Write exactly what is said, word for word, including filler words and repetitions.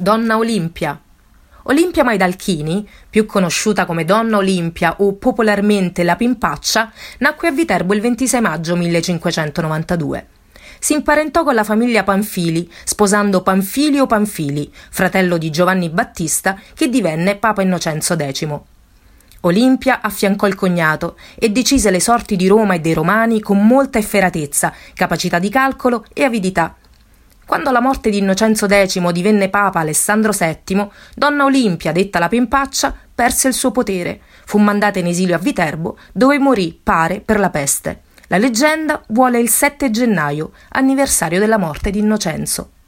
Donna Olimpia. Olimpia Maidalchini, più conosciuta come Donna Olimpia o popolarmente la Pimpaccia, nacque a Viterbo il ventisei maggio millecinquecentonovantadue. Si imparentò con la famiglia Panfili, sposando Panfilio Panfili, fratello di Giovanni Battista, che divenne Papa Innocenzo decimo. Olimpia affiancò il cognato e decise le sorti di Roma e dei Romani con molta efferatezza, capacità di calcolo e avidità. Quando alla morte di Innocenzo decimo divenne Papa Alessandro settimo, Donna Olimpia, detta la Pimpaccia, perse il suo potere. Fu mandata in esilio a Viterbo, dove morì, pare, per la peste. La leggenda vuole il sette gennaio, anniversario della morte di Innocenzo.